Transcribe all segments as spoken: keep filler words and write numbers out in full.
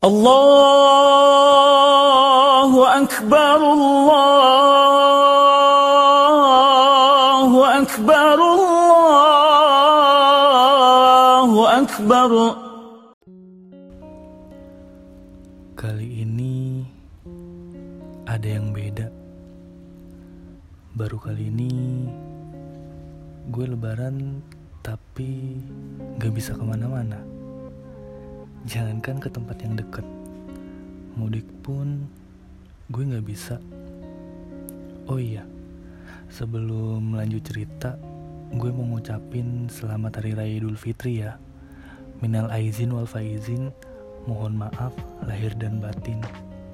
Allahu Akbar, Allahu Akbar, Allahu Akbar. Kali ini ada yang beda. Baru kali ini gue lebaran tapi gak bisa kemana-mana. Jangankan ke tempat yang deket, mudik pun gue gak bisa. Oh iya, sebelum lanjut cerita, gue mau ngucapin selamat Hari Raya Idul Fitri ya. Minal aizin wal faizin, mohon maaf lahir dan batin.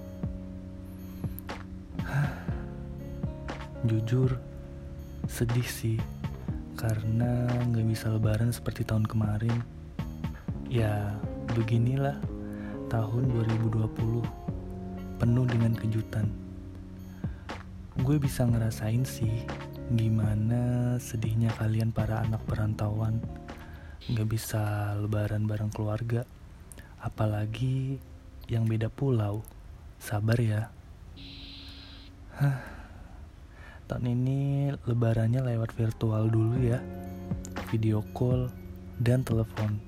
Jujur, sedih sih, karena gak bisa lebaran seperti tahun kemarin. Ya, beginilah tahun dua ribu dua puluh, penuh dengan kejutan. Gue bisa ngerasain sih gimana sedihnya kalian para anak perantauan gak bisa lebaran bareng keluarga, apalagi yang beda pulau. Sabar ya. Hah, tahun ini lebarannya lewat virtual dulu ya, video call dan telepon.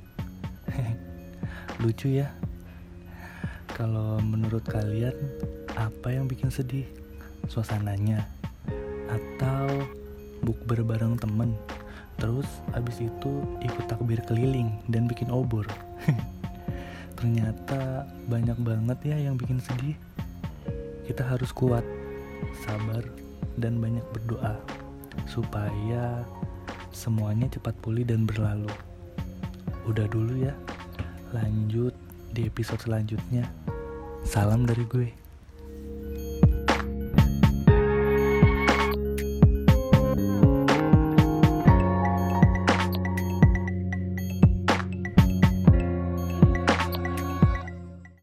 Lucu ya. Kalau menurut kalian, apa yang bikin sedih? Suasananya? Atau bukber bareng temen, terus abis itu ikut takbir keliling dan bikin obor? Ternyata banyak banget ya yang bikin sedih. Kita harus kuat, sabar, dan banyak berdoa supaya semuanya cepat pulih dan berlalu. Udah dulu ya, lanjut di episode selanjutnya. Salam dari gue.